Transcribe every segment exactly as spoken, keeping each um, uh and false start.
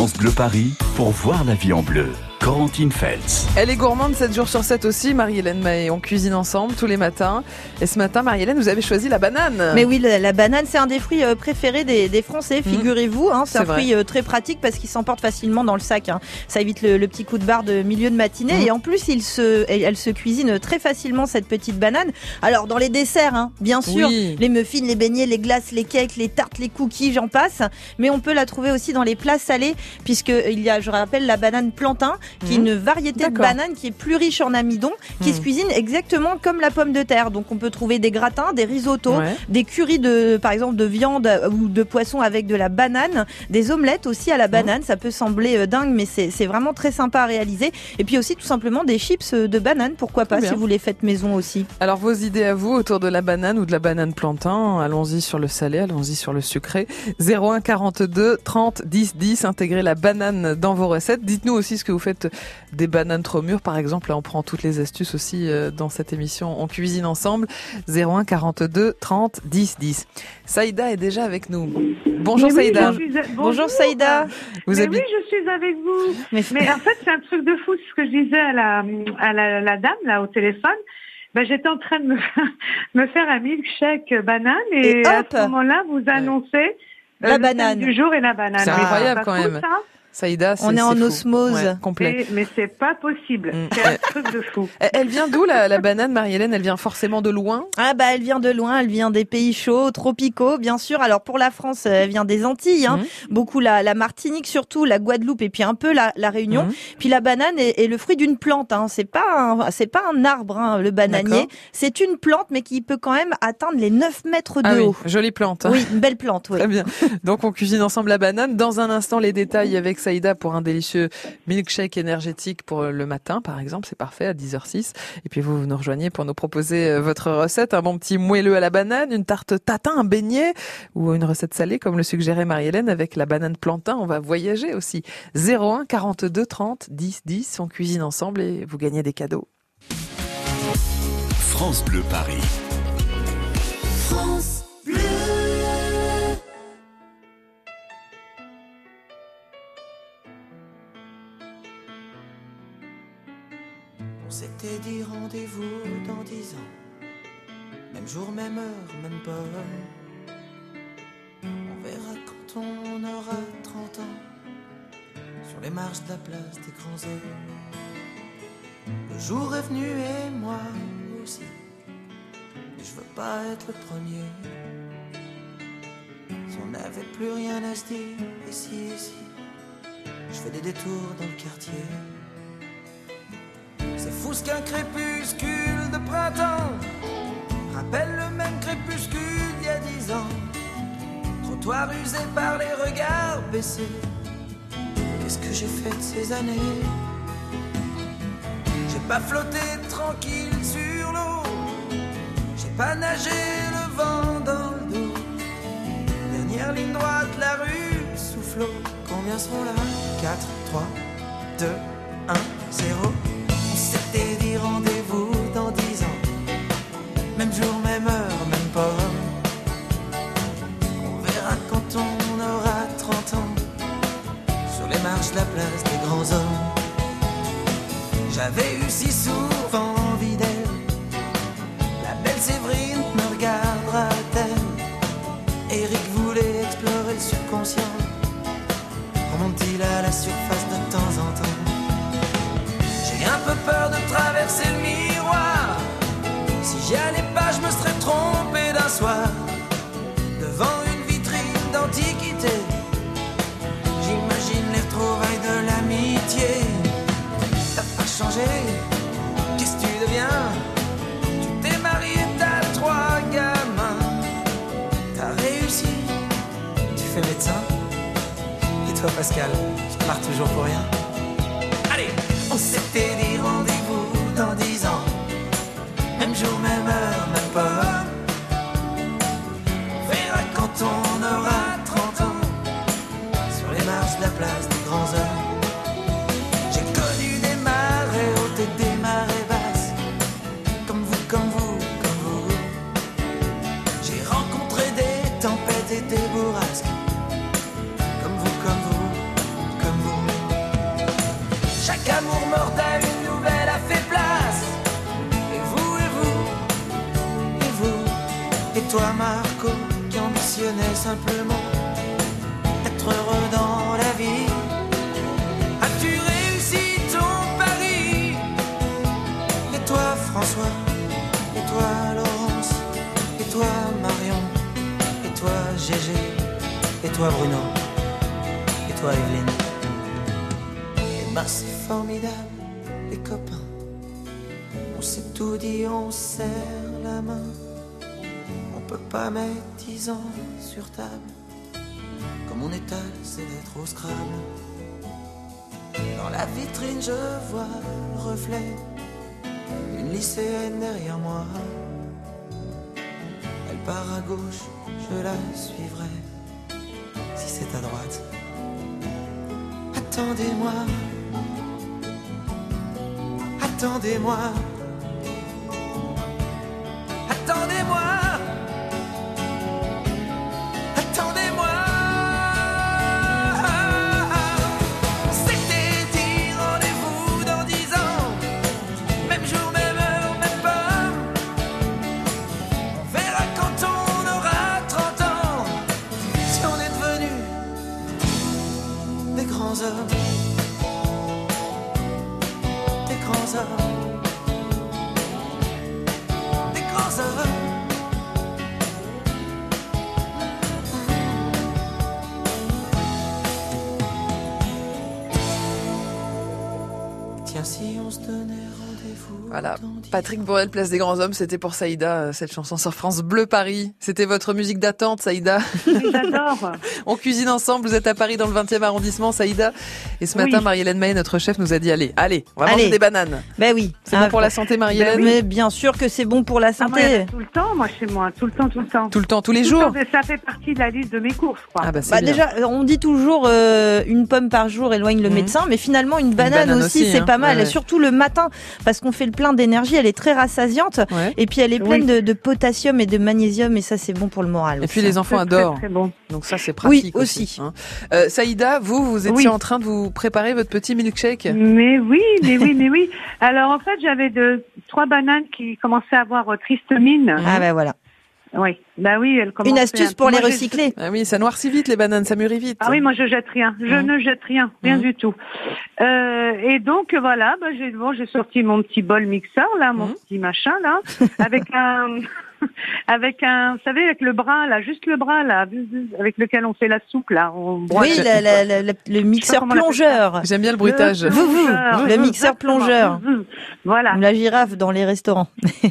France Bleu Paris pour voir la vie en bleu. Corentine Feltz. Elle est gourmande sept jours sur sept aussi, Marie-Hélène Mahé. On cuisine ensemble tous les matins. Et ce matin, Marie-Hélène, vous avez choisi la banane. Mais oui, la, la banane, c'est un des fruits euh, préférés des, des Français, figurez-vous. Hein, c'est, c'est un vrai. fruit euh, très pratique parce qu'il s'emporte facilement dans le sac. Hein. Ça évite le, le petit coup de barre de milieu de matinée. Mmh. Et en plus, il se, elle se cuisine très facilement, cette petite banane. Alors, dans les desserts, hein, bien sûr, oui. les muffins, les beignets, les glaces, les cakes, les tartes, les cookies, j'en passe. Mais on peut la trouver aussi dans les plats salés, puisqu'il y a, je rappelle, la banane plantain, qui mmh. est une variété D'accord. de banane qui est plus riche en amidon, qui mmh. se cuisine exactement comme la pomme de terre. Donc on peut trouver des gratins, des risottos, ouais. des currys de, par exemple, de viande ou de poisson avec de la banane, des omelettes aussi à la banane. Mmh. Ça peut sembler euh, dingue, mais c'est, c'est vraiment très sympa à réaliser. Et puis aussi tout simplement des chips de banane, pourquoi pas, si vous les faites maison aussi. Alors vos idées à vous autour de la banane ou de la banane plantain, allons-y sur le salé, allons-y sur le sucré. zéro un quarante-deux trente dix dix, intégrez la banane dans vos recettes. Dites-nous aussi ce que vous faites des bananes trop mûres, par exemple. Là, on prend toutes les astuces aussi dans cette émission. On cuisine ensemble. zéro un quarante-deux trente dix dix. Saïda est déjà avec nous. Bonjour oui, Saïda. A... Bonjour. Bonjour Saïda. Vous Mais habite... oui, je suis avec vous. Mais, Mais en fait, c'est un truc de fou ce que je disais à la, à la, la dame là au téléphone. Ben, j'étais en train de me, me faire un milkshake banane et, et à ce moment-là, vous annoncez ouais. la banane du jour et la banane. C'est incroyable ah, quand même. Ça. Saïda, c'est, on est, c'est en fou. osmose ouais, complet. Et, mais c'est pas possible. Mmh. C'est un truc de fou. Elle vient d'où la, la banane, Marie-Hélène? Elle vient forcément de loin? Ah bah elle vient de loin. Elle vient des pays chauds, tropicaux, bien sûr. Alors pour la France, elle vient des Antilles. Hein. Mmh. Beaucoup la, la Martinique surtout, la Guadeloupe et puis un peu la, la Réunion. Mmh. Puis la banane est, est le fruit d'une plante. Hein. C'est pas un, c'est pas un arbre, hein, le bananier. D'accord. C'est une plante, mais qui peut quand même atteindre les neuf mètres de ah haut. Oui, jolie plante. Hein. Oui, une belle plante. Oui. Très bien. Donc on cuisine ensemble la banane. Dans un instant, les détails avec Saïda pour un délicieux milkshake énergétique pour le matin, par exemple. C'est parfait, à dix heures six. Et puis vous, vous nous rejoignez pour nous proposer votre recette. Un bon petit moelleux à la banane, une tarte tatin, un beignet ou une recette salée, comme le suggérait Marie-Hélène, avec la banane plantain. On va voyager aussi. zéro un quarante-deux trente dix dix. On cuisine ensemble et vous gagnez des cadeaux. France Bleu Paris. France Bleu. On s'était dit rendez-vous dans dix ans, même jour, même heure, même pomme. On verra quand on aura trente ans, sur les marches de la place des grands hommes. Le jour est venu et moi aussi, mais je veux pas être le premier. Si on n'avait plus rien à se dire, et si, et si, je fais des détours dans le quartier. C'est fou ce qu'un crépuscule de printemps rappelle le même crépuscule d'il y a dix ans. Trottoir usé par les regards baissés. Qu'est-ce que j'ai fait de ces années? J'ai pas flotté tranquille sur l'eau, j'ai pas nagé le vent dans le dos. Dernière ligne droite, la rue soufflot. Combien seront là? Quatre, trois, deux, un, zéro. On s'était dit rendez-vous dans dix ans, même jour, même heure, même pomme. On verra quand on aura trente ans, sur les marches de la place des grands hommes. J'avais eu si souvent envie d'elle, la belle Séverine me regardera-t-elle? Eric voulait explorer le subconscient, remonte-t-il à la surface de temps en temps? J'ai un peu peur de traverser le miroir, si j'y allais pas je me serais trompé d'un soir. Devant une vitrine d'antiquité, j'imagine les retrouvailles de l'amitié. T'as pas changé, qu'est-ce que tu deviens? Tu t'es marié, t'as trois gamins. T'as réussi, tu fais médecin. Et toi Pascal, tu pars toujours pour rien? Allez, on s'était dit rendez-vous dans dix ans, même jour, même heure, même pomme. On verra quand on aura trente ans, sur les marches de la place des grands hommes. J'ai connu des marées hautes et des marées basses, comme vous, comme vous, comme vous. J'ai rencontré des tempêtes et des bourrasques, comme vous, comme vous, comme L'amour mortel, une nouvelle a fait place. Et vous, et vous, et vous, et toi Marco, qui ambitionnais simplement d'être heureux dans la vie. As-tu réussi ton pari? Et toi François, et toi Laurence, et toi Marion, et toi Gégé, et toi Bruno, et toi Evelyne. Et ben c'est formidable, les copains. On s'est tout dit, on serre la main. On peut pas mettre dix ans sur table. Comme on étale ses lettres au Scrabble. Dans la vitrine je vois le reflet d'une lycéenne derrière moi. Elle part à gauche, je la suivrai. Si c'est à droite, attendez-moi. Attendez-moi. Attendez-moi. Attendez-moi. C'était dit, rendez-vous dans dix ans. Même jour, même heure, même pomme. On verra quand on aura trente ans. Si on est devenus des grands hommes. Des grands hommes. Des grands hommes. Tiens, si on se donnait rendez-vous. Voilà, Patrick Borel, Place des Grands Hommes, c'était pour Saïda, cette chanson sur France Bleu Paris. C'était votre musique d'attente, Saïda. J'adore. On cuisine ensemble, vous êtes à Paris dans le vingtième arrondissement, Saïda. Et ce matin, Oui. Marie-Hélène Maé, notre chef, nous a dit, allez, allez, on va Allez. manger des bananes. Ben oui. C'est Ah, bon pour la santé, Marie-Hélène? Ben mais bien sûr que c'est bon pour la Ah, moi, il y en a santé. tout le temps, moi, chez moi. Tout le temps, tout le temps. Tout le temps, tous les Tout le jours? temps, ça fait partie de la liste de mes courses, quoi. Ah bah c'est Bah bien. déjà, on dit toujours euh, une pomme par jour éloigne le Mhm. médecin, mais finalement une banane, banane aussi, aussi, c'est hein. pas mal, Ouais, et ouais. surtout le matin, parce qu'on fait le plein d'énergie, elle est très rassasiante, Ouais. et puis elle est pleine Oui. de, de potassium et de magnésium, et ça c'est bon pour le moral. Et aussi. puis les enfants C'est très, adorent. très bon. Donc ça, c'est pratique Oui, aussi. aussi. hein. Euh, Saïda, vous, vous étiez Oui. en train de vous préparer votre petit milkshake? Mais oui, mais oui, mais oui. Alors, en fait, j'avais de, trois bananes qui commençaient à avoir euh, triste mine. Ah ben voilà. Oui. Bah oui, elles commençaient. Une un astuce peu- pour les Moi, j'ai- recycler. Ah oui, ça noircit vite les bananes, ça mûrit vite. Ah oui, moi je jette rien. Je Mhm. ne jette rien, rien Mhm. du tout. Euh, et donc voilà, bah, j'ai bon, j'ai sorti mon petit bol mixeur là, mon Mhm. petit machin là, avec un, avec un, vous savez, avec le bras là, juste le bras là, avec lequel on fait la soupe là. On broie Oui, la- la- la- la- la- le mixeur comment on appelle plongeur. J'aime bien le bruitage. Le Vous, vous, plongeur. le mixeur Exactement. plongeur. Mhm. Voilà. La girafe dans les restaurants.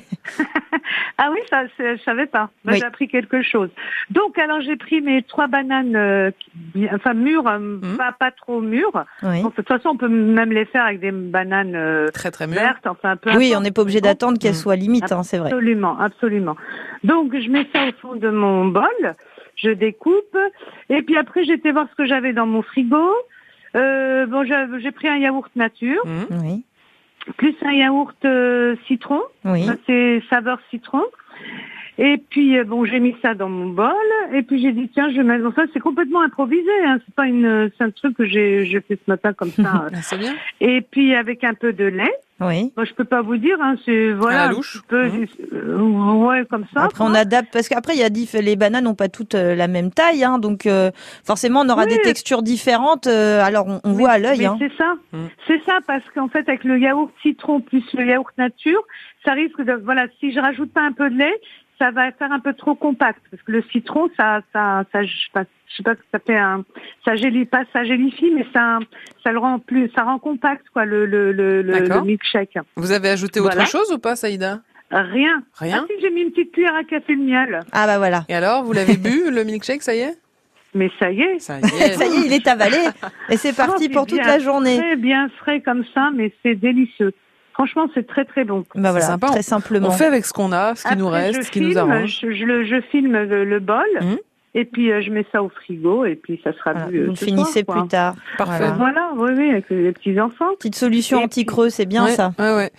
Ah oui, ça, c'est- je savais pas. Bah, Oui. J'ai appris quelque chose. Donc, alors, j'ai pris mes trois bananes, euh, qui- bien- enfin mûres, euh, Mhm. pas pas trop mûres. Oui. Bon, de toute façon, on peut même les faire avec des bananes euh, Très très mûr. vertes, enfin un peu. Oui, on importe. n'est pas obligé d'attendre qu'elle Mhm. soit limite, hein, c'est vrai. Absolument, absolument. Donc, je mets ça au fond de mon bol, je découpe, et puis après, j'étais voir ce que j'avais dans mon frigo. Euh, bon, j'ai j'ai pris un yaourt nature, Mhm. Oui. plus un yaourt euh, citron. Oui. Ça, c'est saveur citron. Et puis euh, bon, j'ai mis ça dans mon bol. Et puis j'ai dit tiens, je vais mettre. Bon, ça c'est complètement improvisé. Hein. C'est pas une, c'est un truc que j'ai, j'ai fait ce matin comme ça. Ah, c'est bien. Et puis avec un peu de lait. Oui. Bon, je peux pas vous dire. Hein, c'est voilà. À la un louche. petit peu, Mhm. euh, ouais, comme ça. Après, on quoi. adapte parce qu'après, il y a diff... les bananes n'ont pas toutes euh, la même taille, hein, donc euh, forcément, on aura Oui. des textures différentes. euh, alors, on, on Mais- voit à l'œil. mais Hein. c'est ça, Mm. c'est ça parce qu'en fait avec le yaourt citron plus le yaourt nature, ça risque de voilà si je rajoute pas un peu de lait, ça va faire un peu trop compact parce que le citron ça ça ça je sais pas, je sais pas que ça fait un ça gélie pas ça gélifie mais ça ça le rend plus ça rend compact quoi le le le, le, D'accord. le milkshake. Vous avez ajouté autre Voilà. chose ou pas, Saïda? Rien. Rien. Ah si j'ai mis une petite cuillère à café de miel. Ah bah voilà. Et alors, vous l'avez bu, le milkshake, ça y est? Mais ça y est. Ça y est. Ça y est, il est avalé et c'est parti Oh, pour c'est toute bien la journée. Très bien frais comme ça mais c'est délicieux. Franchement c'est très très bon. Bah voilà, sympa. très simplement. On fait avec ce qu'on a, ce qui nous Après, reste, je ce qui nous filme, arrange. Je, je, le- je filme le, le bol Mhm. et puis euh, je mets ça au frigo et puis ça sera Voilà, vu. euh, vous ce finissez soir, quoi. plus tard. Parfait. Voilà. Voilà, oui, oui, avec les petits enfants. Petite solution Et anti-creux, c'est bien ouais, ça. Ouais, ouais.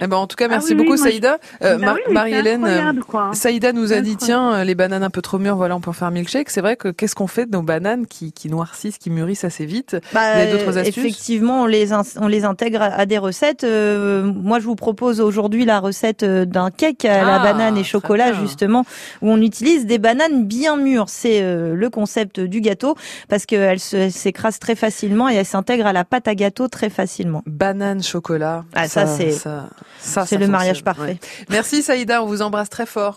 Eh ben, en tout cas, merci ah, oui, beaucoup, oui, Saïda. Euh, bah Mar- oui, Marie-Hélène, euh, Saïda nous a dit, tiens, les bananes un peu trop mûres, voilà, on peut en faire un milkshake. C'est vrai que qu'est-ce qu'on fait de nos bananes qui, qui noircissent, qui mûrissent assez vite? Bah, Vous avez d'autres astuces? Effectivement, on les, in- on les intègre à, à des recettes. Euh, moi, je vous propose aujourd'hui la recette d'un cake à la Ah, banane et chocolat, justement, où on utilise des bananes bien mûres. C'est euh, le concept du gâteau, parce qu'elles se, s'écrasent très facilement et elles s'intègrent à la pâte à gâteau très facilement. Banane, chocolat. Ah, ça, ça c'est, ça, ça, c'est ça le fonctionne. mariage parfait. Ouais. Merci Saïda, on vous embrasse très fort.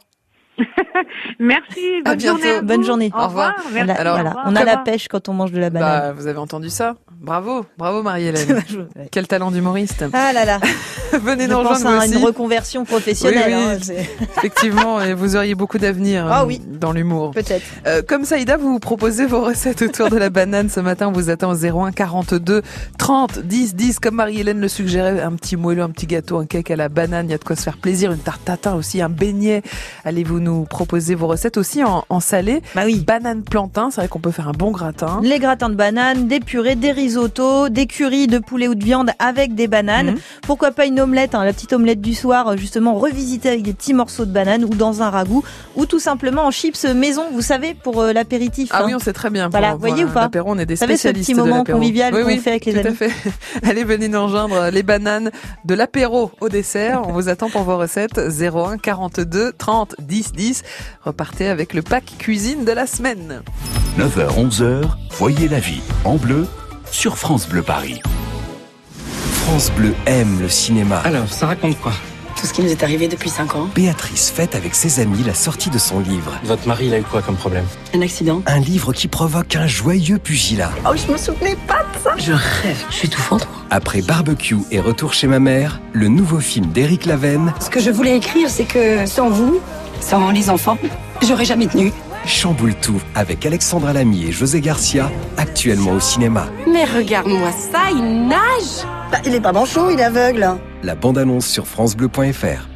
Merci, bonne à bientôt. journée. À vous. Bonne journée. Au revoir. On Merci. a, Alors, voilà, on a la pêche quand on mange de la banane. Bah, vous avez entendu ça? Bravo, bravo Marie-Hélène. Quel talent d'humoriste. Ah là là. Venez Je nous pense rejoindre à aussi. une reconversion professionnelle. Oui, oui. Hein, c'est... Effectivement, et vous auriez beaucoup d'avenir Ah euh, oui. dans l'humour. Peut-être. Euh, comme Saïda, vous vous proposez vos recettes autour de la banane. Ce matin, on vous attend au zéro un quarante-deux trente dix dix. Comme Marie-Hélène le suggérait, un petit moelleux, un petit gâteau, un cake à la banane. Il y a de quoi se faire plaisir. Une tarte tatin aussi, un beignet. Allez-vous nous proposer vos recettes aussi en, en salé? Bah oui. Banane plantain, c'est vrai qu'on peut faire un bon gratin. Les gratins de bananes, des purées, des risottos, des currys de poulet ou de viande avec des bananes. Mmh. Pourquoi pas une omelette, hein, la petite omelette du soir, justement revisitée avec des petits morceaux de banane ou dans un ragoût, ou tout simplement en chips maison, vous savez, pour euh, l'apéritif. Ah hein. oui, on sait très bien. Voilà, pour, voyez pour ou pas? l'apéro, on est des Vous savez, ce spécialistes petit de moment l'apéro. convivial oui, qu'on oui, fait avec les tout amis. À fait. Allez, venez nous rejoindre, les bananes de l'apéro au dessert. On vous attend pour vos recettes. zéro un quarante-deux trente dix dix. Repartez avec le pack cuisine de la semaine. neuf heures onze heures, voyez la vie en bleu sur France Bleu Paris. France Bleu aime le cinéma. Alors, ça raconte quoi? Tout ce qui nous est arrivé depuis cinq ans. Béatrice fête avec ses amis la sortie de son livre. Votre mari, il a eu quoi comme problème? Un accident. Un livre qui provoque un joyeux pugilat. Oh, je me souvenais pas de ça. Je rêve. Je suis tout fendre. Après Barbecue et Retour chez ma mère, le nouveau film d'Éric Lavenne. Ce que je voulais écrire, c'est que sans vous, sans les enfants, j'aurais jamais tenu. Chamboule tout avec Alexandra Lamy et José Garcia, actuellement au cinéma. Mais regarde-moi ça, il nage. Bah, il est pas manchot, il est aveugle. La bande-annonce sur francebleu point fr.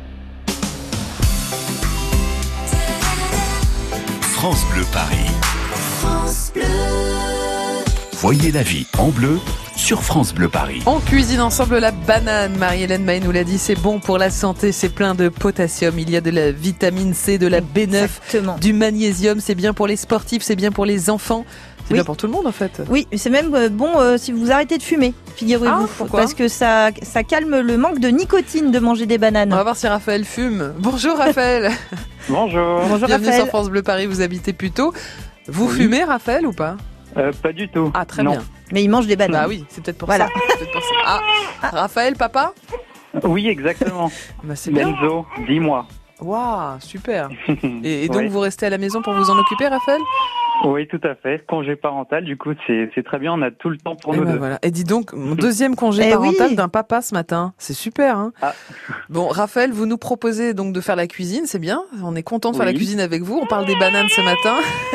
France Bleu Paris. France Bleu. Voyez la vie en bleu sur France Bleu Paris. On cuisine ensemble la banane. Marie-Hélène Mahé nous l'a dit, c'est bon pour la santé, c'est plein de potassium. Il y a de la vitamine C, de la B neuf, Exactement. du magnésium. C'est bien pour les sportifs, c'est bien pour les enfants. C'est Oui. bien pour tout le monde en fait. Oui, c'est même euh, bon euh, si vous arrêtez de fumer, figurez-vous. Ah, pourquoi ? Parce que ça, ça calme le manque de nicotine de manger des bananes. On va voir si Raphaël fume. Bonjour Raphaël. Bonjour. Bonjour Bienvenue Raphaël. sur France Bleu Paris, vous habitez plutôt. Vous Oui. fumez Raphaël ou pas ? Euh, pas du tout. Ah très Non. bien. Mais il mange des bananes. Bah oui, c'est peut-être pour Voilà. ça. C'est peut-être pour ça. Ah, Raphaël, papa ? Oui, exactement. Bah c'est bien. Benzo, dis-moi. Waouh, super. Et, et donc Ouais. vous restez à la maison pour vous en occuper Raphaël ? Oui, tout à fait. Congé parental, du coup, c'est c'est très bien. On a tout le temps pour Et, nous ben deux. voilà. Et dis donc, mon deuxième congé Eh parental oui. d'un papa ce matin. C'est super, hein. Ah. Bon, Raphaël, vous nous proposez donc de faire la cuisine, c'est bien. On est content de faire Oui. la cuisine avec vous. On parle des bananes ce matin.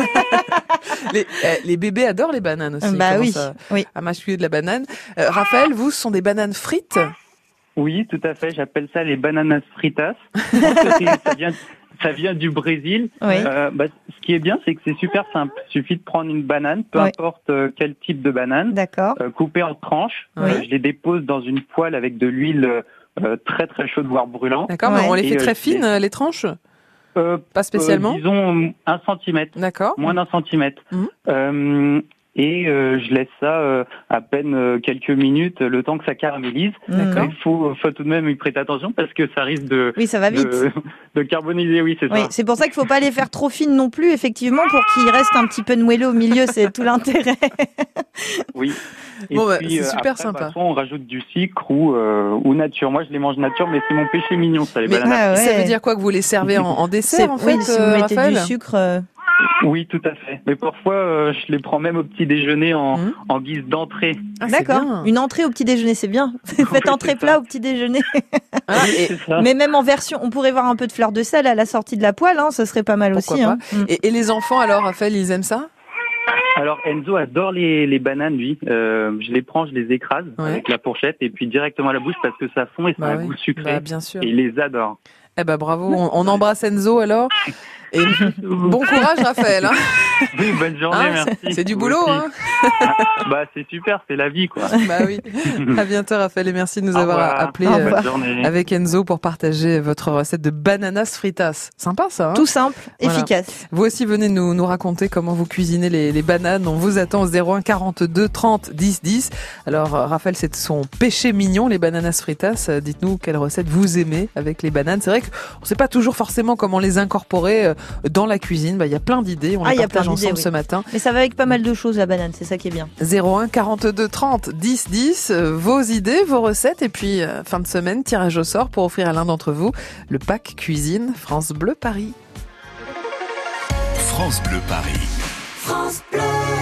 les, eh, les bébés adorent les bananes aussi. Bah Ils oui, commencent oui. À, à mâchouiller de la banane. Euh, Raphaël, vous, ce sont des bananes frites. Oui, tout à fait. J'appelle ça les bananas fritas. Je pense que c'est- ça vient, ça vient du Brésil. Oui. Euh, bah, ce qui est bien, c'est que c'est super simple. Il suffit de prendre une banane, peu Oui. importe euh, quel type de banane, D'accord. euh, coupée en tranches. Oui. Euh, je les dépose dans une poêle avec de l'huile euh, très très chaude, voire brûlante. D'accord, mais Ouais. on les fait Et, euh, très je fines, les- euh, les tranches. Euh, Pas spécialement. Euh, disons un centimètre. D'accord. Moins d'un centimètre. Mhm. Euh, et euh, je laisse ça euh, à peine euh, quelques minutes, le temps que ça caramélise. D'accord. Il faut, faut tout de même y prêter attention parce que ça risque de, Oui, ça va vite. de, de carboniser, oui, c'est Oui, ça. c'est pour ça qu'il faut pas les faire trop fines non plus, effectivement, pour qu'il reste un petit peu de moelleux au milieu, c'est tout l'intérêt. Oui. Et Bon, bah, puis, c'est euh, super après, sympa. bah, soit on rajoute du sucre ou, euh, ou nature. Moi, je les mange nature, mais c'est mon péché mignon, ça, les Mais- bananes. Ah ouais. Ça veut dire quoi que vous les servez en, en C'est- dessert en fait, oui, si vous euh, mettez Raphaël du sucre. euh, Oui, tout à fait. Mais parfois, euh, je les prends même au petit déjeuner en, Mhm. en guise d'entrée. Ah, c'est D'accord. bien. Une entrée au petit déjeuner, c'est bien. Faites c'est entrée ça. plat au petit déjeuner. Ah, et- C'est ça. Mais même en version, on pourrait voir un peu de fleur de sel à la sortie de la poêle, hein, ce serait pas mal Pourquoi aussi. pas. Hein. Mm. Et, et les enfants alors, Raphaël, ils aiment ça? Alors Enzo adore les, les bananes, lui. Euh, je les prends, je les écrase Ouais. avec la fourchette et puis directement à la bouche parce que ça fond et ça Bah a un oui. goût sucré. Bah, bien sûr. Et il les adore. Eh ben bravo, on, on embrasse Enzo alors. Et bon courage, Raphaël. Hein. Oui, bonne journée, hein, merci. C'est du boulot, hein. Bah, c'est super, c'est la vie, quoi. Bah oui. À bientôt, Raphaël, et merci de nous Au avoir revoir. appelé euh, avec Enzo pour partager votre recette de bananas fritas. Sympa, ça, hein. Tout simple, voilà. Efficace. Vous aussi, venez nous, nous raconter comment vous cuisinez les, les bananes. On vous attend au zéro un quarante-deux trente dix dix. Alors, Raphaël, c'est son péché mignon, les bananas fritas. Dites-nous quelle recette vous aimez avec les bananes. C'est vrai qu'on ne sait pas toujours forcément comment les incorporer dans la cuisine. Bah, il y a plein d'idées. On ah, les partage ensemble oui. ce matin. Mais ça va avec pas mal de choses, la banane. C'est ça qui est bien. zéro un quarante-deux trente dix dix. Vos idées, vos recettes. Et puis, euh, fin de semaine, tirage au sort pour offrir à l'un d'entre vous le pack cuisine France Bleu Paris. France Bleu Paris. France Bleu.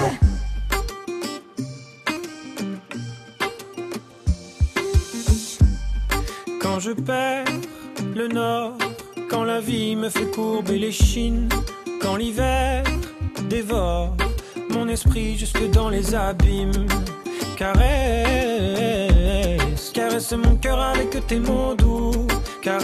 Quand je perds le nord, quand la vie me fait courber les chines, quand l'hiver dévore mon esprit jusque dans les abîmes, caresse, caresse mon cœur avec tes mots doux, caresse,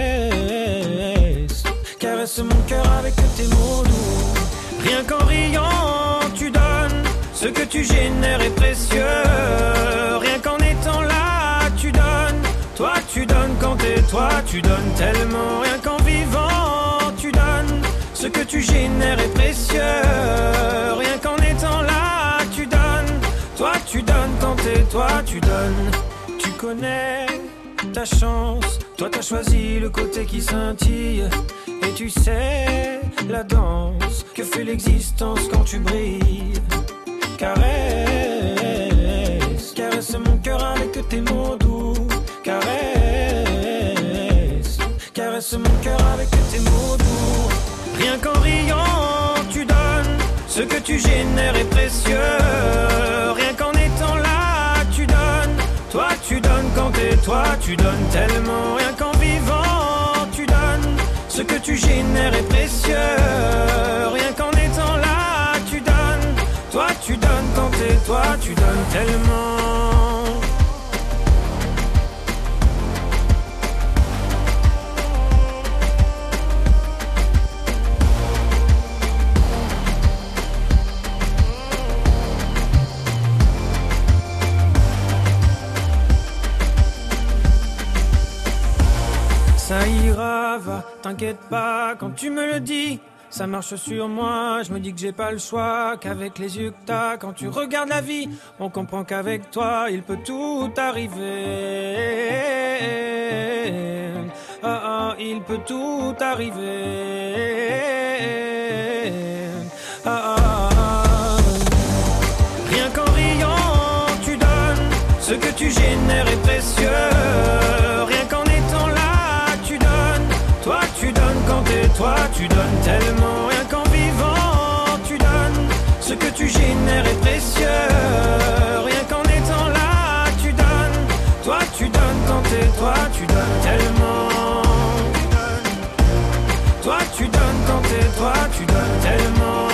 caresse mon cœur avec tes mots doux. Rien qu'en riant tu donnes, ce que tu génères est précieux. Rien qu'en étant là tu donnes, toi tu donnes quand t'es toi, tu donnes tellement. Rien qu'en vivant tu donnes, ce que tu génères est précieux. Rien qu'en étant là tu donnes, toi tu donnes quand t'es toi, tu donnes. Tu connais ta chance, toi t'as choisi le côté qui scintille. Et tu sais la danse que fait l'existence quand tu brilles. Caresse, caresse mon cœur avec tes mots doux. Caresse, caresse mon cœur avec tes mots doux. Rien qu'en riant tu donnes, ce que tu génères est précieux. Rien qu'en étant là tu donnes, toi tu donnes quand t'es toi, tu donnes tellement. Rien qu'en vivant tu donnes, ce que tu génères est précieux. Rien qu'en étant là tu donnes, toi tu donnes quand t'es toi, tu donnes tellement. Ça ira, va, t'inquiète pas, quand tu me le dis, ça marche sur moi, je me dis que j'ai pas le choix, qu'avec les yeux que t'as, quand tu regardes la vie, on comprend qu'avec toi, il peut tout arriver. Ah ah, il peut tout arriver. Ah ah, ah. Rien qu'en riant, tu donnes, ce que tu génères est précieux. Rien qu'en étant là, tu donnes, toi tu donnes quand t'es toi, tu donnes tellement. Rien qu'en vivant, tu donnes, ce que tu génères est précieux. Rien qu'en étant là, tu donnes, toi tu donnes quand t'es toi, tu donnes tellement. Toi tu donnes quand t'es toi, tu donnes tellement.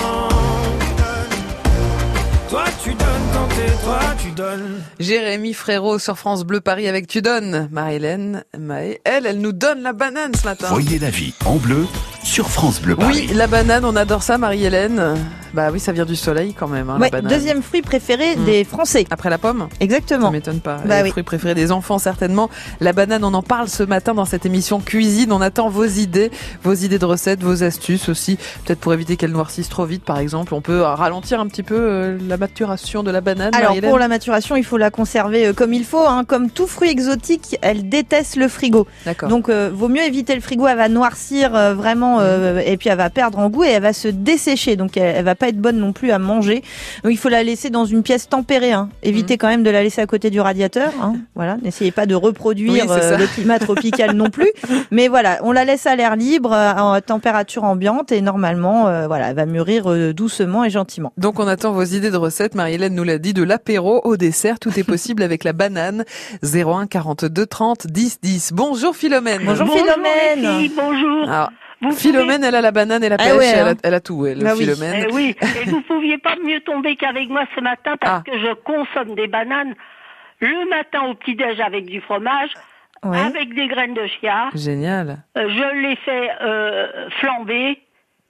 Toi tu donnes quand t'es toi, tu donnes. Jérémy Frérot sur France Bleu Paris avec Tu donnes. Marie-Hélène, Maë, elle, elle nous donne la banane ce matin. Voyez la vie en bleu sur France Bleu Paris. Oui, la banane, on adore ça, Marie-Hélène. Bah oui, ça vient du soleil quand même, hein, ouais, la banane. Deuxième fruit préféré mmh. des Français. Après la pomme ? Exactement. Ça m'étonne pas. Bah le oui. fruit préféré des enfants, certainement. La banane, on en parle ce matin dans cette émission Cuisine. On attend vos idées, vos idées de recettes, vos astuces aussi. Peut-être pour éviter qu'elle noircisse trop vite, par exemple. On peut ralentir un petit peu euh, la maturation de la banane. Alors, Marie-Hélène. pour la maturation, il faut la conserver euh, comme il faut. Hein. Comme tout fruit exotique, elle déteste le frigo. D'accord. Donc, euh, vaut mieux éviter le frigo. Elle va noircir euh, vraiment euh, et puis elle va perdre en goût et elle va se dessécher. Donc, elle, elle va pas être bonne non plus à manger. Donc, il faut la laisser dans une pièce tempérée. Hein. Évitez mmh. quand même de la laisser à côté du radiateur. Hein. Voilà. N'essayez pas de reproduire oui, euh, le climat tropical non plus. Mais voilà, on la laisse à l'air libre, euh, en température ambiante et normalement, euh, voilà, elle va mûrir euh, doucement et gentiment. Donc, on attend vos idées de recettes. Marie-Hélène nous l'a dit, de l'apéro au dessert. Tout est possible avec la banane. zéro un quarante-deux trente dix dix. Bonjour Philomène. Bonjour, Bonjour Philomène. Les filles, bonjour. Alors, Vous Philomène, pouvez... elle a la banane et la pêche, ah ouais, hein. elle, a, elle a tout, elle, bah Philomène. Oui, eh oui. Et vous pouviez pas mieux tomber qu'avec moi ce matin parce ah. que je consomme des bananes le matin au petit-déj avec du fromage, ouais. avec des graines de chia. Génial. Euh, je les fais euh, flamber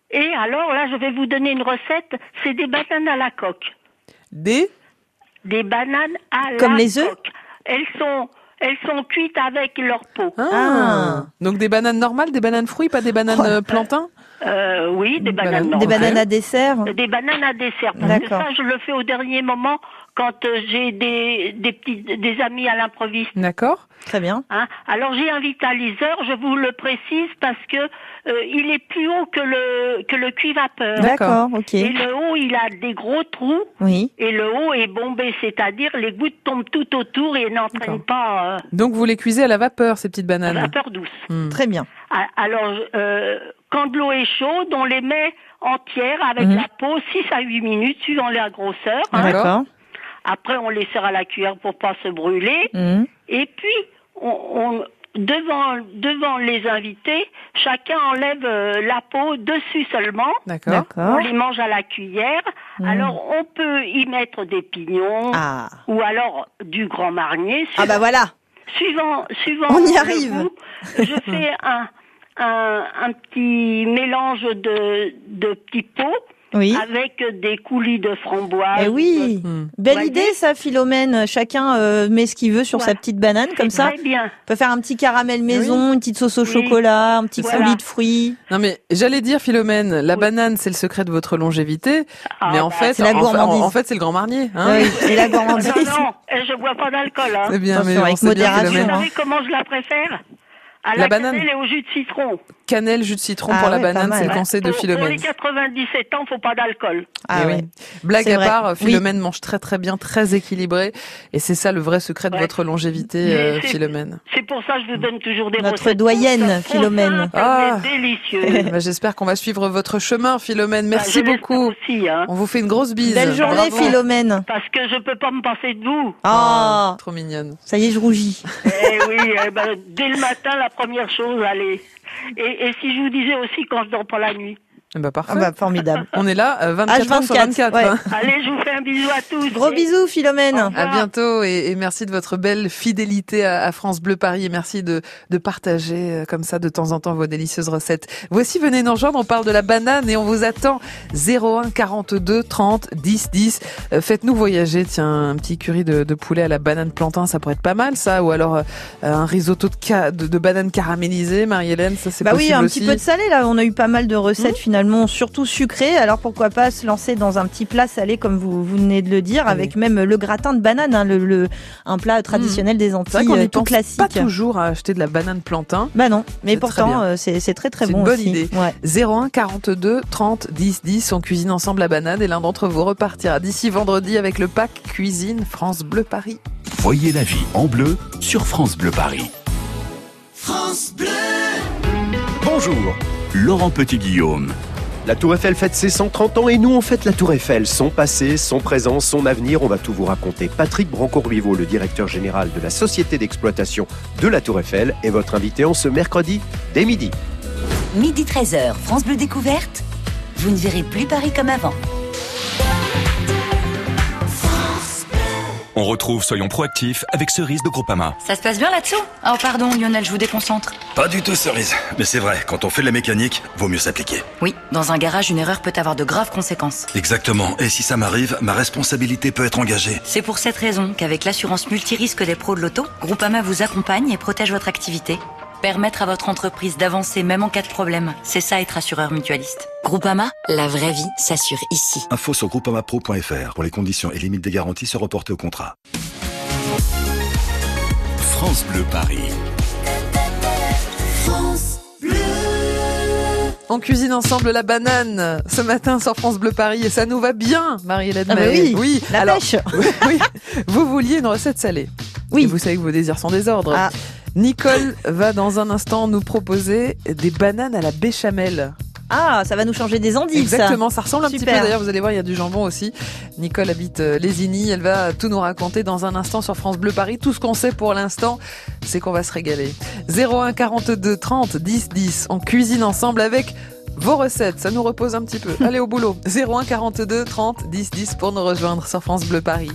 Et alors là, je vais vous donner une recette. C'est des bananes à la coque. Des Des bananes à la Comme les œufs coque. Elles sont, elles sont cuites avec leur peau. Ah. ah. Donc des bananes normales, des bananes fruits, pas des bananes oh. plantains euh, Oui, des bananes Banane, normales. Des bananes à dessert Des bananes à dessert. Parce D'accord. que ça, je le fais au dernier moment quand euh, j'ai des, des, petits, des amis à l'improviste. D'accord. Très bien. Hein? Alors j'ai un vitaliseur, je vous le précise parce que euh, il est plus haut que le que le cuivapeur. D'accord, ok. Et le haut, il a des gros trous. Oui. Et le haut est bombé, c'est-à-dire les gouttes tombent tout autour et n'entraînent pas. Euh... Donc vous les cuisez à la vapeur, ces petites bananes. À la vapeur douce. Mmh. Très bien. Alors euh, quand de l'eau est chaude, on les met entières avec mmh. la peau six à huit minutes suivant la grosseur. Hein. D'accord. Après, on les sert à la cuillère pour pas se brûler. Mmh. Et puis, on, on, devant, devant les invités, chacun enlève euh, la peau dessus seulement. D'accord. On les mange à la cuillère. Mmh. Alors, on peut y mettre des pignons ah. ou alors du Grand Marnier. Ah bah voilà. Suivant, suivant. On y arrive. Goût, je fais un, un, un petit mélange de, de petits pots. Oui. Avec des coulis de framboise. Eh oui, mmh. belle ouais. idée ça, Philomène. Chacun euh, met ce qu'il veut sur ouais. sa petite banane, comme ça. Très bien. On peut faire un petit caramel maison, oui. une petite sauce au oui. chocolat, un petit voilà. coulis de fruits. Non mais j'allais dire, Philomène, la oui. banane c'est le secret de votre longévité, ah, mais en bah, fait, c'est la gourmandise. En, en fait, c'est le Grand Marnier. Hein oui, et la gourmandise. Non, non, je bois pas d'alcool. Hein. C'est bien, Attention, mais avec modération. Vous savez comment je la préfère? À la, la banane cannelle et au jus de citron. Cannelle, jus de citron ah pour ouais, la banane, c'est le ouais. conseil de pour, Philomène. Pour les quatre-vingt-dix-sept ans, faut pas d'alcool. Ah et ouais. oui. Blague c'est à vrai. part, Philomène oui. mange très très bien, très équilibré, et c'est ça le vrai secret de ouais. votre longévité, euh, Philomène. C'est pour ça que je vous donne toujours des Notre recettes. Notre doyenne, Philomène. Ah, délicieux. bah, j'espère qu'on va suivre votre chemin, Philomène. Merci bah, beaucoup. Aussi, hein. On vous fait une grosse bise. Belle journée, Bravo. Philomène. Parce que je peux pas me passer de vous. Oh, oh trop mignonne. Ça y est, je rougis. Eh oui, eh ben, dès le matin, la première chose, allez. Et, et si je vous disais aussi quand je dors pas la nuit. Bah parfait. Ah bah, formidable. On est là, euh, vingt-quatre heures sur vingt-quatre. Ouais. Hein. Allez, je vous fais un bisou à tous. Gros et... bisous, Philomène. À bientôt et, et merci de votre belle fidélité à, à France Bleu Paris et merci de, de partager euh, comme ça de temps en temps vos délicieuses recettes. Voici, venez nous rejoindre, on parle de la banane et on vous attend zéro un quarante-deux trente dix dix. Euh, faites-nous voyager, tiens, un petit curry de, de poulet à la banane plantain, ça pourrait être pas mal ça, ou alors euh, un risotto de, ca- de, de banane caramélisée, Marie-Hélène, ça c'est bah possible aussi. Bah oui, un aussi. petit peu de salé là, on a eu pas mal de recettes mmh. finalement. Surtout sucré, alors pourquoi pas se lancer dans un petit plat salé comme vous, vous venez de le dire, mmh. avec même le gratin de banane, hein, le, le, un plat traditionnel mmh. des Antilles, c'est vrai qu'on y tout pense classique. Pas toujours à acheter de la banane plantain. Bah non, mais c'est pourtant euh, c'est, c'est très très c'est bon une bonne aussi. idée. Ouais. zéro un quarante-deux trente dix dix, on cuisine ensemble la banane et l'un d'entre vous repartira d'ici vendredi avec le pack cuisine France Bleu Paris. Voyez la vie en bleu sur France Bleu Paris. France Bleu. Bonjour, Laurent Petit-Guillaume. La Tour Eiffel fête ses cent trente ans et nous on fête la Tour Eiffel, son passé, son présent, son avenir, on va tout vous raconter. Patrick Brancourt-Viveau, le directeur général de la société d'exploitation de la Tour Eiffel, est votre invité en ce mercredi dès midi. Midi treize heures, France Bleu Découverte, vous ne verrez plus Paris comme avant. On retrouve Soyons proactifs avec Cerise de Groupama. Ça se passe bien là-dessous ? Oh pardon Lionel, je vous déconcentre. Pas du tout Cerise, mais c'est vrai, quand on fait de la mécanique, vaut mieux s'appliquer. Oui, dans un garage, une erreur peut avoir de graves conséquences. Exactement, et si ça m'arrive, ma responsabilité peut être engagée. C'est pour cette raison qu'avec l'assurance multirisque des pros de l'auto, Groupama vous accompagne et protège votre activité. Permettre à votre entreprise d'avancer même en cas de problème, c'est ça être assureur mutualiste. Groupama, la vraie vie s'assure ici. Info sur groupama pro point f r pour les conditions et limites des garanties se reporter au contrat. France Bleu Paris. France Bleu. On cuisine ensemble la banane ce matin sur France Bleu Paris et ça nous va bien, Marie-Hélène ah bah oui, oui, la alors, pêche. oui, vous vouliez une recette salée. Oui. Et vous savez que vos désirs sont des ordres. Ah. Nicole va dans un instant nous proposer des bananes à la béchamel. Ah, ça va nous changer des endives. Exactement, ça, ça ressemble un Super. petit peu. D'ailleurs, vous allez voir, il y a du jambon aussi. Nicole habite Lésigny, elle va tout nous raconter dans un instant sur France Bleu Paris. Tout ce qu'on sait pour l'instant, c'est qu'on va se régaler. zéro un quarante-deux trente dix dix, on cuisine ensemble avec vos recettes, ça nous repose un petit peu. Allez au boulot. zéro un quarante-deux trente dix dix pour nous rejoindre sur France Bleu Paris.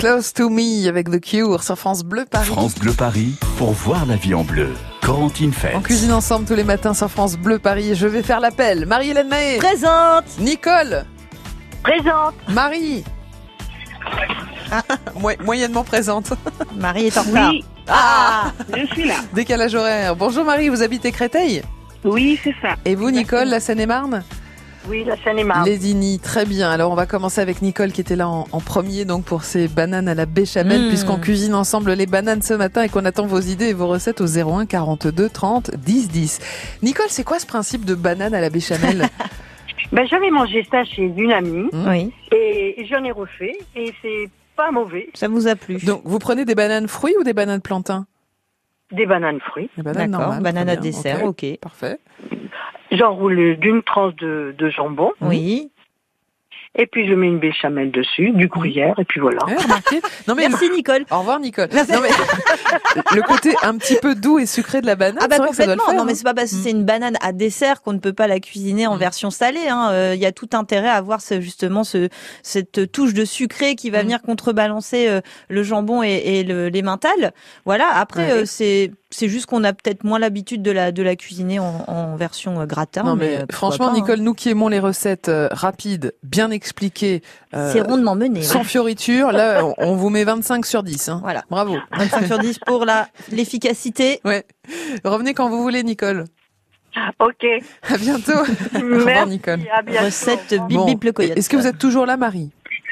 Close to Me avec The Cure sur France Bleu Paris. France Bleu Paris, pour voir la vie en bleu. Corentine Fête. On cuisine ensemble tous les matins sur France Bleu Paris. Je vais faire l'appel. Marie-Hélène Mahé. Présente. Nicole. Présente. Marie. Ah, moyennement présente. Marie est en retard. Oui. Ah, je suis là. Décalage horaire. Bonjour Marie, vous habitez Créteil ? Oui, c'est ça. Et vous, Nicole, la Seine-et-Marne ? Oui, la Seine-et-Marne. Les Digny, très bien. Alors, on va commencer avec Nicole qui était là en, en premier, donc pour ces bananes à la béchamel, mmh. puisqu'on cuisine ensemble les bananes ce matin et qu'on attend vos idées et vos recettes au zéro un quarante-deux trente dix dix. Nicole, c'est quoi ce principe de banane à la béchamel ? Ben, j'avais mangé ça chez une amie. Mmh. Oui. Et j'en ai refait et c'est pas mauvais. Ça vous a plu. Donc, vous prenez des bananes fruits ou des bananes plantains ? Des bananes fruits. Des bananes D'accord, normales. Banane à dessert, ok. ok. Parfait. J'enroule d'une tranche de, de jambon. Oui. Et puis je mets une béchamel dessus, du gruyère, et puis voilà. Ouais, remarquez. Non, mais merci Nicole. Au revoir Nicole. Non, mais le côté un petit peu doux et sucré de la banane, ah bah c'est vrai que ça doit le faire, non hein. mais c'est pas parce que c'est une banane à dessert qu'on ne peut pas la cuisiner en mmh. version salée. Il hein. euh, y a tout intérêt à avoir ce, justement ce, cette touche de sucré qui va mmh. venir contrebalancer euh, le jambon et, et le, l'emmental. Voilà. Après, ouais. euh, c'est c'est juste qu'on a peut-être moins l'habitude de la de la cuisiner en, en version euh, gratin. Non mais, mais franchement, pas, Nicole, hein. nous qui aimons les recettes euh, rapides, bien expliquées, euh, c'est rondement mené, sans ouais. fioriture. Là, on, on vous met vingt-cinq sur dix. Hein. Voilà. Bravo. vingt-cinq sur dix pour la l'efficacité. Ouais. Revenez quand vous voulez, Nicole. Ok. À bientôt. Au revoir, Nicole. À bientôt. Recette bip bon. bip le coyote. Est-ce que vous êtes toujours là, Marie?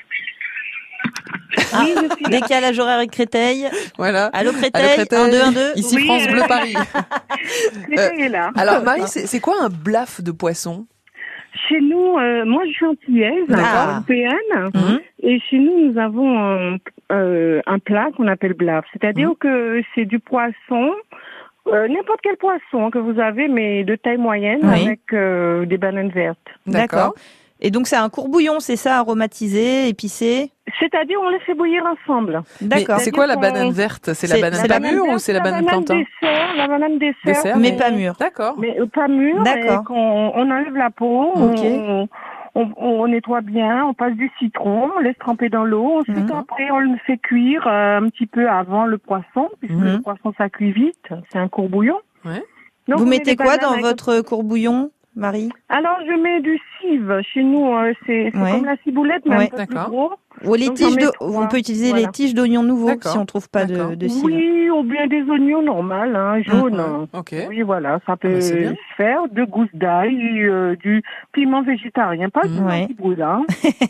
Ah, oui, je suis là. Décalage horaire avec Créteil. Voilà. Allô Créteil, Allô, Créteil. un deux un deux. Ici oui, France Bleu Paris. Créteil euh, est là. Alors Marie, c'est, c'est quoi un blaf de poisson? Chez nous, euh, moi je suis antillaise, ah. européenne, mmh. et chez nous nous avons un, euh, un plat qu'on appelle blaf, c'est-à-dire mmh. que c'est du poisson, euh, n'importe quel poisson que vous avez, mais de taille moyenne, oui. avec euh, des bananes vertes. D'accord. D'accord. Et donc c'est un courbouillon, c'est ça, aromatisé, épicé? C'est-à-dire on les fait bouillir ensemble. D'accord. Mais c'est quoi la banane verte? C'est, c'est la banane pas mûre ou c'est la banane plantain? La banane dessert, dessert mais, mais pas mûre. D'accord. Mais pas mûre. D'accord. Et qu'on, on enlève la peau, okay. on, on, on nettoie bien, on passe du citron, on laisse tremper dans l'eau. Ensuite mmh. après on le fait cuire euh, un petit peu avant le poisson, puisque mmh. le poisson ça cuit vite. C'est un courbouillon. Ouais. Donc, vous mettez quoi dans votre avec... courbouillon, Marie? Alors, je mets du cive. Chez nous, euh, c'est, c'est ouais. comme la ciboulette, mais ouais. un peu D'accord. plus gros. Ou les Donc, tiges de... On peut utiliser voilà. les tiges d'oignons nouveaux D'accord. si on trouve pas de, de cive. Oui, ou bien des oignons normaux, hein, jaunes. Mmh. Okay. Oui, voilà, ça peut ah, se faire. Deux gousses d'ail, euh, du piment végétarien, pas du ouais. qui brûle. Hein.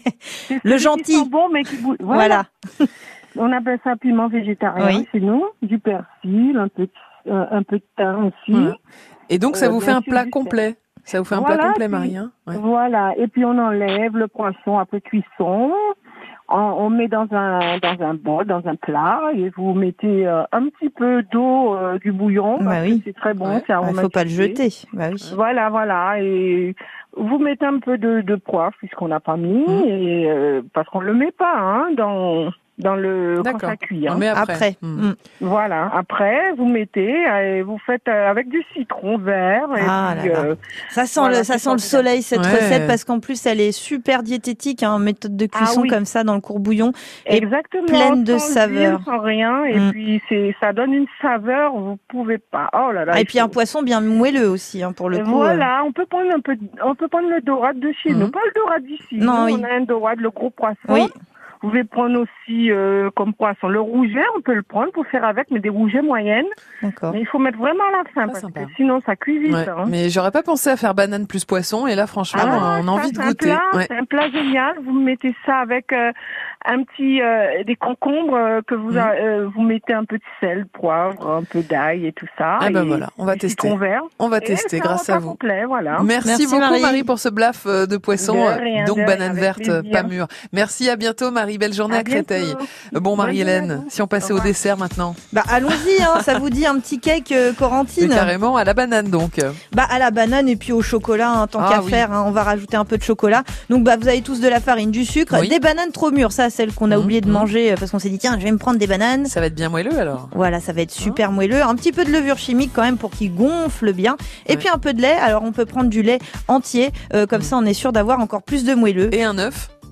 Le gentil. Qui sont bons, mais qui brûlent. Voilà. voilà. On appelle ça piment végétarien oui. chez nous. Du persil, un peu, euh, un peu de thym aussi. Voilà. Et donc, ça euh, vous fait un plat complet? Ça vous fait un voilà, plat complet, Marie, hein ouais. Voilà. Et puis on enlève le poisson après cuisson. On, on met dans un dans un bol, dans un plat, et vous mettez euh, un petit peu d'eau euh, du bouillon. Bah parce oui. que c'est très bon. Ouais. Il bah, faut pas le jeter. Bah oui. Voilà, voilà. Et vous mettez un peu de, de poivre puisqu'on n'a pas mis, mmh. et euh, parce qu'on le met pas hein dans dans le D'accord. quand ça cuit. Hein. On met après. après. Mmh. Voilà. Après, vous mettez et vous faites avec du citron vert. Et ah puis, là là. Euh, ça sent voilà, le ça sent le soleil cette ouais. recette parce qu'en plus elle est super diététique, hein, méthode de cuisson ah, oui. comme ça dans le courbouillon. Exactement. Et pleine de sans saveurs. Huile, sans rien. Et mmh. puis c'est ça donne une saveur. Vous pouvez pas. Oh là là. Ah, et puis faut... un poisson bien moelleux aussi hein, pour le et coup. Voilà. Euh... On peut prendre un peu. On peut prendre le dorade de chez mmh. nous, pas le dorade d'ici. Non. Nous, oui. On a un dorade, le gros poisson. Oui. Vous pouvez prendre aussi euh, comme poisson le rouget, on peut le prendre pour faire avec, mais des rougets moyennes. D'accord. Mais il faut mettre vraiment à la fin, pas parce sympa. que sinon ça cuit vite. Ouais. Hein. Mais j'aurais pas pensé à faire banane plus poisson, et là franchement, ah, on a envie ça, de goûter. Un plat, ouais. C'est un plat génial. Vous mettez ça avec euh, un petit euh, des concombres euh, que vous mmh. a, euh, vous mettez un peu de sel, poivre, un peu d'ail et tout ça. Ah ben voilà, on va tester. Vert. On va et tester grâce à vous. Complet, voilà. Merci, Merci beaucoup Marie. Marie pour ce blaf de poisson, de rien, donc de banane rien, verte pas mûre. Merci, à bientôt Marie, belle journée à, à Créteil. Bon Marie-Hélène, si on passait au dessert maintenant. Bah allons-y, hein, ça vous dit un petit cake euh, Corentine? Mais carrément à la banane donc. Bah à la banane et puis au chocolat, hein, tant ah, qu'à oui. faire, hein, on va rajouter un peu de chocolat. Donc bah vous avez tous de la farine, du sucre, oui. des bananes trop mûres, ça celles qu'on a mmh, oublié de mmh. manger parce qu'on s'est dit tiens je vais me prendre des bananes. Ça va être bien moelleux alors. Voilà, ça va être super oh. moelleux. Un petit peu de levure chimique quand même pour qu'il gonfle bien. Et ouais. puis un peu de lait. Alors on peut prendre du lait entier, euh, comme mmh. ça on est sûr d'avoir encore plus de moelleux. Et un œuf.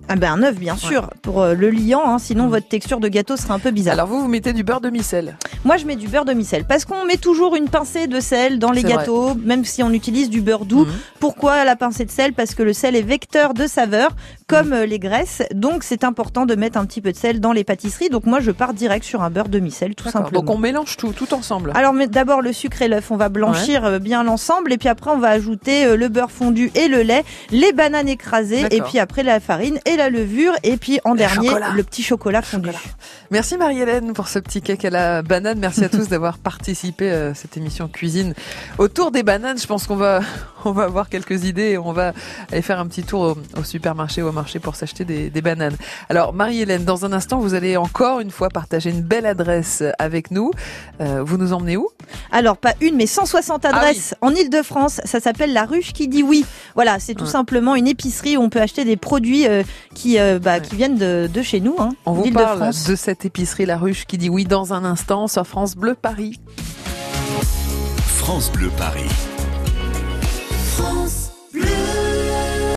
Ah ben un œuf, bien sûr, ouais. pour euh, le liant, hein, sinon mmh. votre texture de gâteau serait un peu bizarre. Alors vous, vous mettez du beurre demi-sel. Moi, je mets du beurre demi-sel, parce qu'on met toujours une pincée de sel dans les c'est gâteaux, vrai. Même si on utilise du beurre doux. Mmh. Pourquoi la pincée de sel ? Parce que le sel est vecteur de saveur, comme mmh. les graisses, donc c'est important de mettre un petit peu de sel dans les pâtisseries. Donc moi, je pars direct sur un beurre demi-sel, tout D'accord. simplement. Donc on mélange tout, tout ensemble. Alors mais d'abord le sucre et l'œuf, on va blanchir ouais. bien l'ensemble, et puis après on va ajouter le beurre fondu et le lait, les bananes écrasées, D'accord. et puis après la farine et la levure, et puis en le dernier chocolat. le petit chocolat fondu. Chocolat. Merci Marie-Hélène pour ce petit cake à la banane. Merci à tous d'avoir participé à cette émission cuisine autour des bananes. Je pense qu'on va on va avoir quelques idées et on va aller faire un petit tour au, au supermarché ou au marché pour s'acheter des, des bananes. Alors Marie-Hélène, dans un instant, vous allez encore une fois partager une belle adresse avec nous. Euh, vous nous emmenez où ? Alors pas une mais cent soixante adresses ah oui. en Ile-de-France. Ça s'appelle la ruche qui dit oui. Voilà, c'est tout ouais. simplement une épicerie où on peut acheter des produits euh, qui euh, bah, ouais. qui viennent de, de chez nous. Hein, on vous parle de cette épicerie La Ruche qui dit oui dans un instant sur France Bleu Paris. France Bleu Paris. France Bleu.